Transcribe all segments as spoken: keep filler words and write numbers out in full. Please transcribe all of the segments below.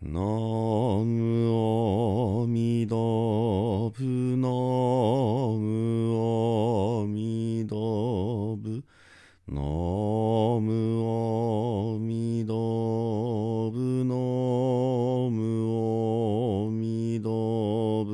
ナムアミダブナムアミダブナムアミダブナムアミダブ。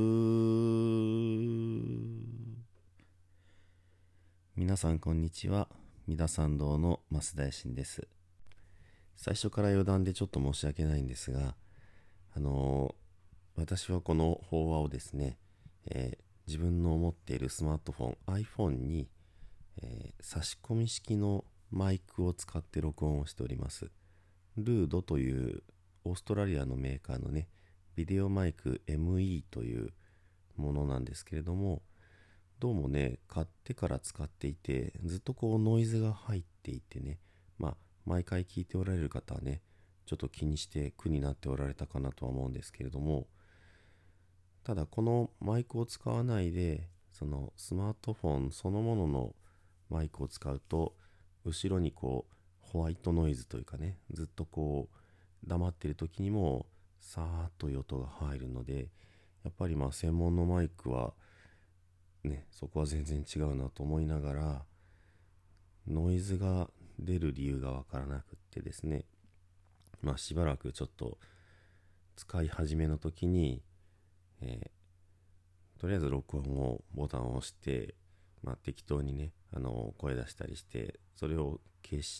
皆さんこんにちは。三田参道の増田衛進です。最初から余談でちょっと申し訳ないんですが、あのー、私はこの法話をですね、えー自分の持っているスマートフォン iPhone に、えー差し込み式のマイクを使って録音をしております。ルードというオーストラリアのメーカーのね、ビデオマイク エムイー というものなんですけれども、どうもね、買ってから使っていて、ずっとこうノイズが入っていてね、まあ、毎回聞いておられる方はね、ちょっと気にして苦になっておられたかなとは思うんですけれども、ただこのマイクを使わないで、そのスマートフォンそのもののマイクを使うと、後ろにこう、ホワイトノイズというかね、ずっとこう、黙っている時にも、さーっという音が入るので、やっぱりまあ専門のマイクは、ね、そこは全然違うなと思いながら、ノイズが出る理由がわからなくってですね、まあしばらくちょっと使い始めの時に、えーとりあえず録音をボタンを押して、まあ、適当にね、あの声出したりして、それを消して、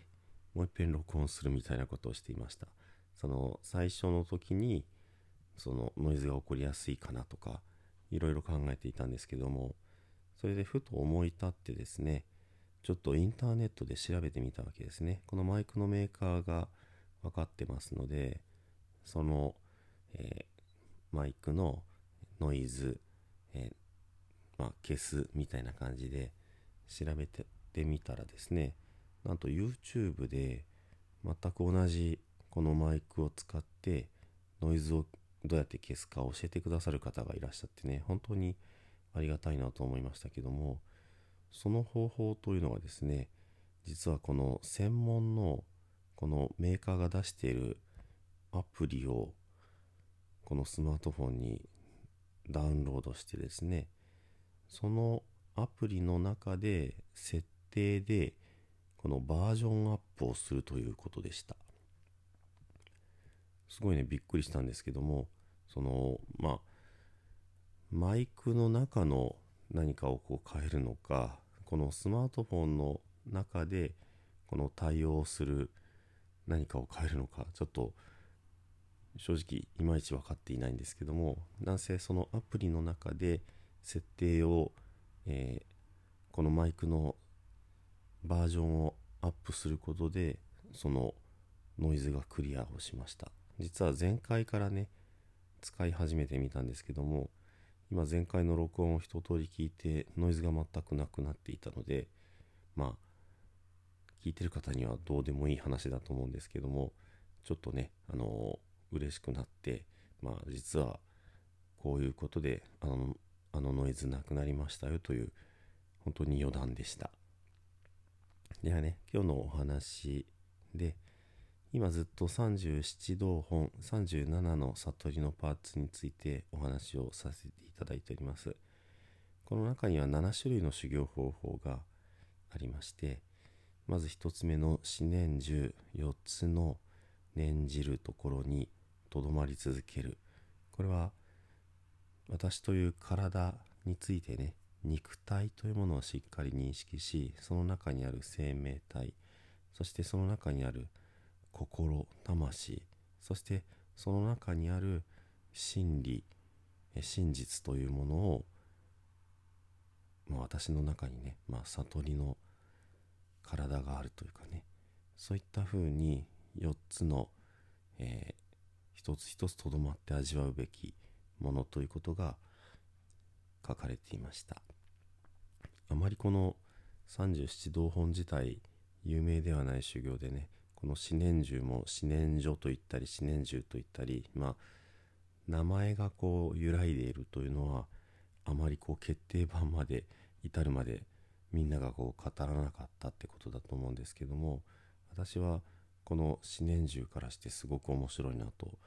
もう一遍録音するみたいなことをしていました。その最初の時に、そのノイズが起こりやすいかなとか、いろいろ考えていたんですけども、それでふと思い立ってですね、ちょっとインターネットで調べてみたわけですね。このマイクのメーカーが分かってますので、その、えーマイクのノイズ、えーまあ、消すみたいな感じで調べてみたらですね、なんと YouTube で全く同じこのマイクを使ってノイズをどうやって消すか教えてくださる方がいらっしゃってね、本当にありがたいなと思いましたけども、その方法というのはですね、実はこの専門のこのメーカーが出しているアプリをこのスマートフォンにダウンロードしてですね、そのアプリの中で設定でこのバージョンアップをするということでした。すごいね、びっくりしたんですけども、そのまあマイクの中の何かをこう変えるのか、このスマートフォンの中でこの対応する何かを変えるのか、ちょっと正直いまいち分かっていないんですけども、なんせそのアプリの中で設定を、えーこのマイクのバージョンをアップすることで、そのノイズがクリアをしました。実は前回からね、使い始めてみたんですけども、今前回の録音を一通り聞いてノイズが全くなくなっていたので、まあ聞いてる方にはどうでもいい話だと思うんですけども、ちょっとね、あのー嬉しくなって、まあ実はこういうことであのあのノイズなくなりましたよという、本当に余談でした。ではね、今日のお話で、今ずっとさんじゅうなな道本さんじゅうななの悟りのパーツについてお話をさせていただいております。この中にはなな種類の修行方法がありまして、まずひとつめの四念住、よっつの念じるところにとどまり続ける。これは私という体についてね、肉体というものをしっかり認識し、その中にある生命体、そしてその中にある心、魂、そしてその中にある真理、真実というものを、まあ、私の中にね、まあ、悟りの体があるというかね、そういったふうによっつの、えー一つ一つとどまって味わうべきものということが書かれていました。あまりこのさんじゅうなな道本自体有名ではない修行でね、この四念住も四念所と言ったり四念住と言ったり、まあ名前がこう揺らいでいるというのは、あまりこう決定版まで至るまでみんながこう語らなかったってことだと思うんですけども、私はこの四念住からしてすごく面白いなと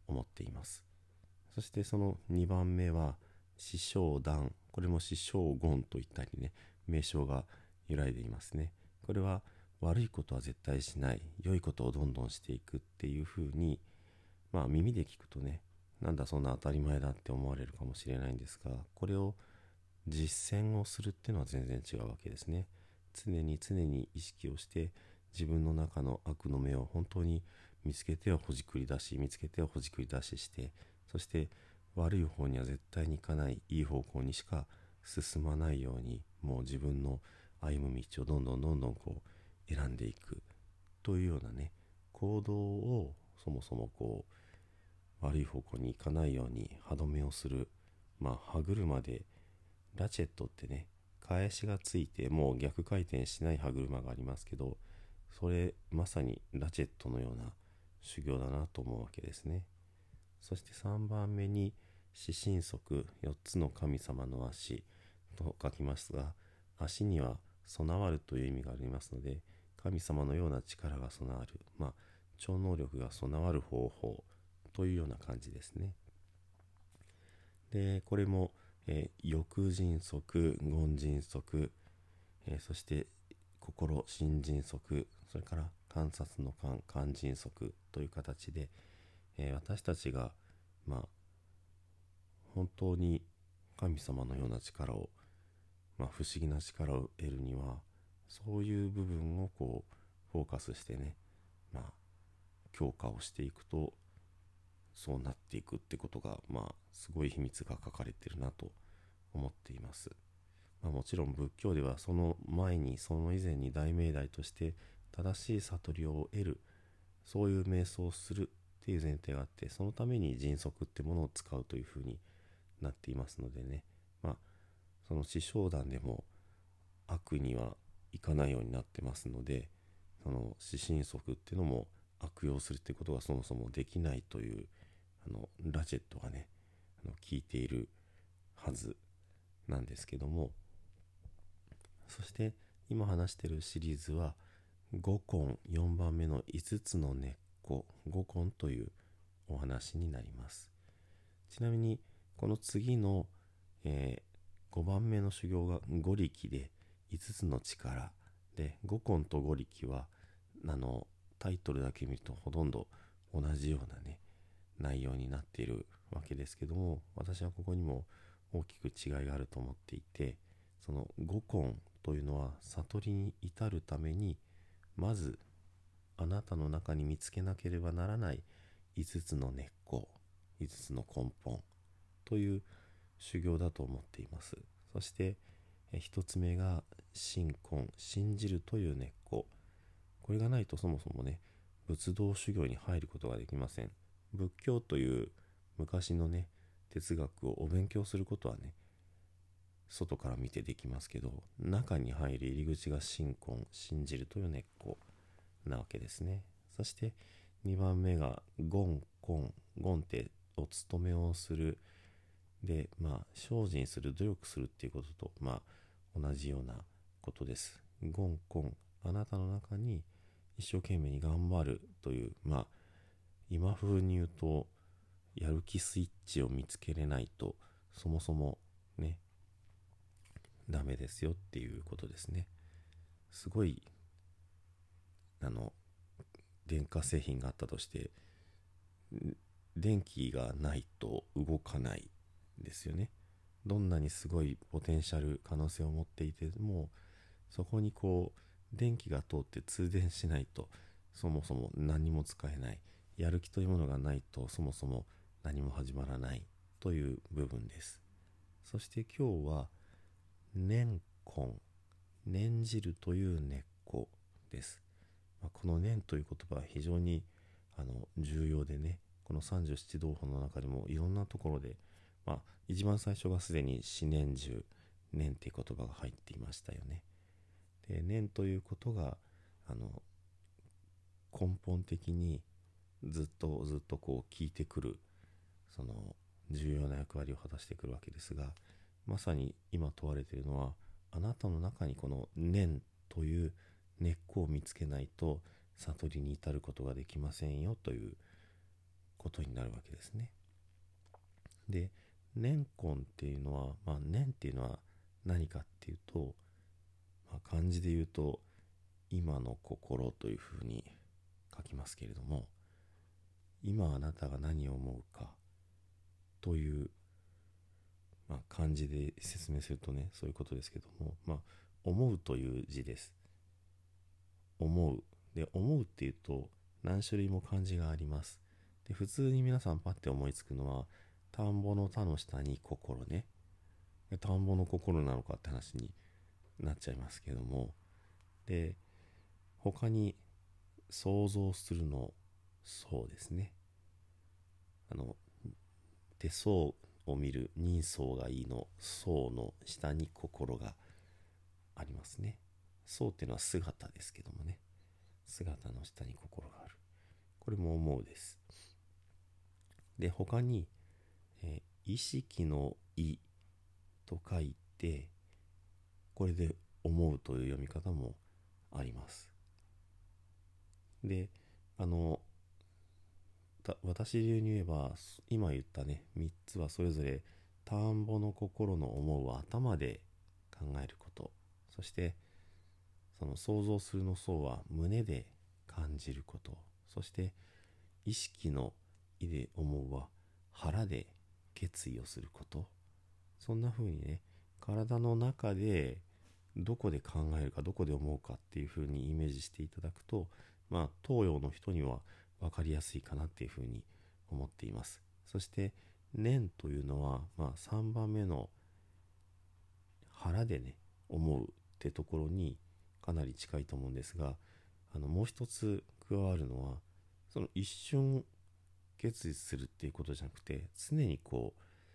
思っています。そしてそのにばんめは死生断、これも死生言といったりね、名称が揺らいでいますね。これは悪いことは絶対しない、良いことをどんどんしていくっていうふうに、まあ耳で聞くとね、なんだそんな当たり前だって思われるかもしれないんですが、これを実践をするっていうのは全然違うわけですね。常に常に意識をして自分の中の悪の芽を本当に見つけてはほじくり出し、見つけてはほじくり出しして、そして悪い方には絶対に行かない、いい方向にしか進まないように、もう自分の歩む道をどんどんどんどんこう選んでいくというようなね、行動をそもそもこう悪い方向に行かないように歯止めをする、まあ歯車でラチェットってね、返しがついてもう逆回転しない歯車がありますけど、それまさにラチェットのような修行だなと思うわけですね。そしてさんばんめに四神足、よっつの神様の足と書きますが、足には備わるという意味がありますので、神様のような力が備わる、まあ超能力が備わる方法というような感じですね。でこれも、えー、欲神足、言神足、えー、そして心心神足、それから観察の観観神足という形で、えー、私たちがまあ本当に神様のような力を、まあ、不思議な力を得るには、そういう部分をこうフォーカスしてね、まあ強化をしていくとそうなっていくってことが、まあすごい秘密が書かれてるなと思っています。まあ、もちろん仏教ではその前にその以前に大命題として正しい悟りを得る、そういう瞑想をするっていう前提があって、そのために迅速ってものを使うというふうになっていますのでね、まあその死生断でも悪にはいかないようになってますので、その死神足っていうのも悪用するっていうことがそもそもできないという、あのラチェットがね、あの効いているはずなんですけども、そして今話しているシリーズは五根、よんばんめのいつつの根っこ、五根というお話になります。ちなみにこの次の、えー、ごばんめの修行が五力でいつつの力で、五根と五力はあのタイトルだけ見るとほとんど同じようなね内容になっているわけですけども、私はここにも大きく違いがあると思っていて、その五根というのは悟りに至るためにまずあなたの中に見つけなければならないいつつの根っこ、いつつの根本という修行だと思っています。そして一つ目が信根、信じるという根っこ。これがないとそもそもね、仏道修行に入ることができません。仏教という昔のね哲学をお勉強することはね、外から見てできますけど、中に入る入り口が信根、信じるという根っこなわけですね。そしてにばんめが言根、言ってお勤めをするで、まあ精進する、努力するっていうこととまあ同じようなことです。言根、あなたの中に一生懸命に頑張るという、まあ今風に言うとやる気スイッチを見つけれないとそもそもねダメですよっていうことですね。すごいあの電化製品があったとして電気がないと動かないですよね。どんなにすごいポテンシャル可能性を持っていても、そこにこう電気が通って通電しないとそもそも何も使えない、やる気というものがないとそもそも何も始まらないという部分です。そして今日は念根、念じるという根っこです。まあ、この念という言葉は非常にあの重要でね、このさんじゅうなな道法の中でもいろんなところで、まあ、一番最初がすでに四念住、念っていう言葉が入っていましたよね。で念ということがあの根本的にずっとずっとこう効いてくる、その重要な役割を果たしてくるわけですが、まさに今問われているのは、あなたの中にこの念という根っこを見つけないと悟りに至ることができませんよという言ことになるわけですね。で、念根っていうのは、まあ、念っていうのは何かっていうと、まあ、漢字で言うと今の心というふうに書きますけれども、今あなたが何を思うかという、まあ、漢字で説明するとね、そういうことですけども、まあ、思うという字です。思う。で、思うっていうと何種類も漢字があります。で、普通に皆さんパッて思いつくのは、田んぼの田の下に心ね。田んぼの心なのかって話になっちゃいますけども、で、他に想像するのそうですね。あの、手相を見る人相がいいの相の下に心がありますね。相っていうのは姿ですけどもね。姿の下に心がある。これも思うです。で、他に、えー意識の意と書いて、これで思うという読み方もあります。で、あの、私流に言えば、今言ったね、みっつはそれぞれ、田んぼの心の思うは頭で考えること。そして、その想像するの想は胸で感じること。そして、意識の意で思うは腹で決意をすること。そんな風にね、体の中でどこで考えるかどこで思うかっていう風にイメージしていただくと、まあ東洋の人には分かりやすいかなっていう風に思っています。そして念というのは、まあさんばんめの腹でね思うってところにかなり近いと思うんですが、あのもう一つ加わるのは、その一瞬決意するっていうことじゃなくて、常にこ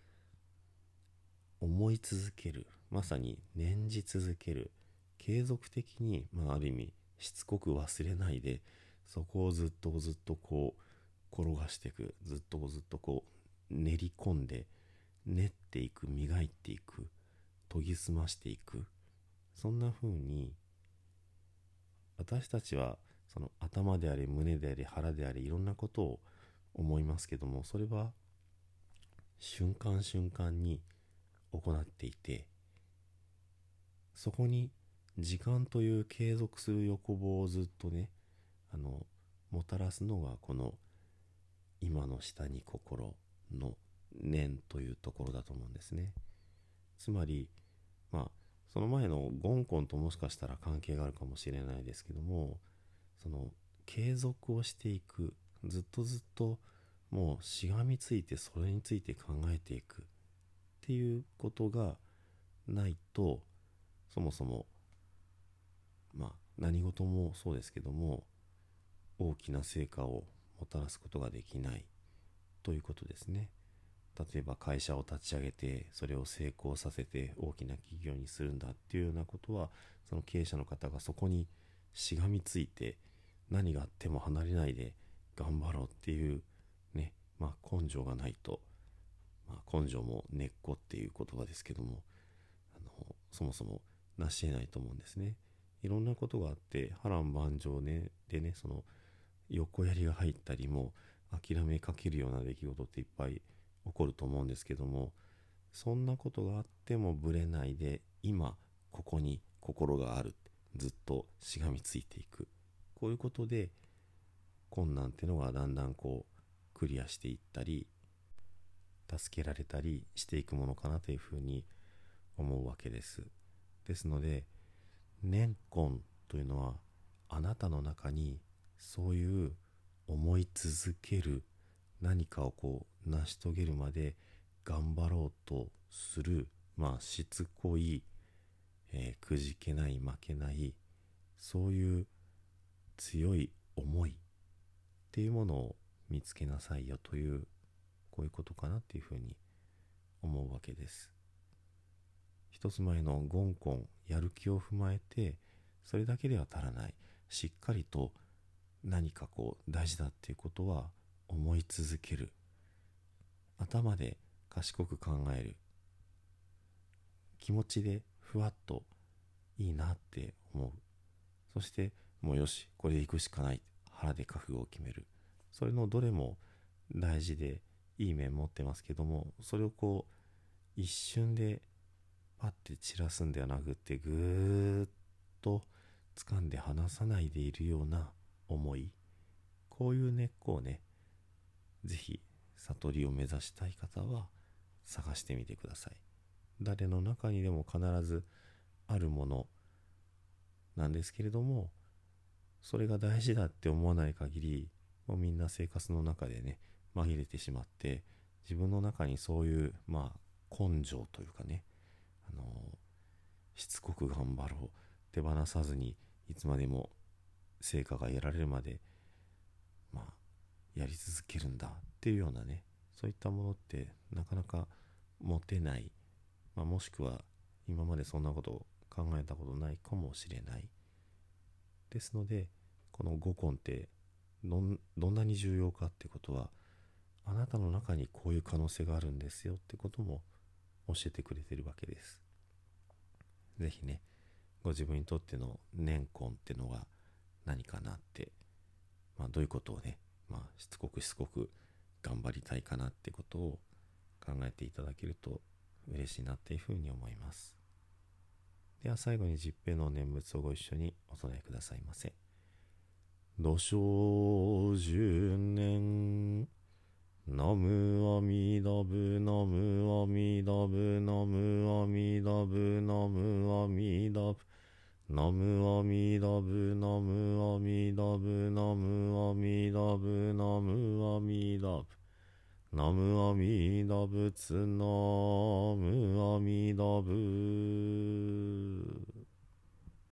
う思い続ける、まさに念じ続ける、継続的に、まあ、ある意味しつこく忘れないで、そこをずっとずっとこう転がしていく、ずっとずっとこう練り込んで練っていく、磨いていく、研ぎ澄ましていく。そんな風に私たちはその頭であり胸であり腹でありいろんなことを思いますけども、それは瞬間瞬間に行っていて、そこに時間という継続する欲望をずっとね、あのもたらすのがこの今の下に心の念というところだと思うんですね。つまり、まあその前の言根ともしかしたら関係があるかもしれないですけども、その継続をしていく、ずっとずっともうしがみついてそれについて考えていくっていうことがないと、そもそもまあ何事もそうですけども大きな成果をもたらすことができないということですね。例えば会社を立ち上げてそれを成功させて大きな企業にするんだっていうようなことは、その経営者の方がそこにしがみついて何があっても離れないで頑張ろうっていうね、まあ根性がないと、まあ、根性も根っこっていう言葉ですけども、あのそもそも成し得ないと思うんですね。いろんなことがあって波乱万丈、ね、でね、その横やりが入ったりも諦めかけるような出来事っていっぱい起こると思うんですけども、そんなことがあってもぶれないで、今ここに心がある、ずっとしがみついていく、こういうことで困難っていうのがだんだんこうクリアしていったり助けられたりしていくものかなというふうに思うわけです。ですので念根というのは、あなたの中にそういう思い続ける、何かをこう成し遂げるまで頑張ろうとする、まあしつこい、えーくじけない、負けない、そういう強い思いっていうものを見つけなさいよという、こういうことかなっていうふうに思うわけです。一つ前の言根、やる気を踏まえて、それだけでは足らない、しっかりと何かこう大事だっていうことは思い続ける、頭で賢く考える、気持ちでふわっといいなって思う、そしてもうよしこれで行くしかない、腹で覚悟を決める、それのどれも大事でいい面持ってますけども、それをこう一瞬でパッて散らすんではなくってぐーっと掴んで離さないでいるような思い、こういう根っこをね、ぜひ悟りを目指したい方は探してみてください。誰の中にでも必ずあるものなんですけれども、それが大事だって思わない限り、もうみんな生活の中でね紛れてしまって、自分の中にそういうまあ根性というかね、あのしつこく頑張ろう、手放さずにいつまでも成果が得られるまでまあやり続けるんだっていうようなね、そういったものってなかなか持てない、まあ、もしくは今までそんなことを考えたことないかもしれないですので、この五根ってどん、どんなに重要かってことは、あなたの中にこういう可能性があるんですよってことも教えてくれてるわけです。ぜひね、ご自分にとっての念根ってのが何かなって、まあ、どういうことをね、まあ、しつこくしつこく頑張りたいかなってことを考えていただけると嬉しいなっていうふうに思います。では最後に十平の念仏をご一緒にお唱えくださいませ。土生十年ナムアミダブナムアミダブナムアミダブナムアミダブナムアミダブナムアミダブナムアミダブナムアミダブナムアミダブツナムアミダブ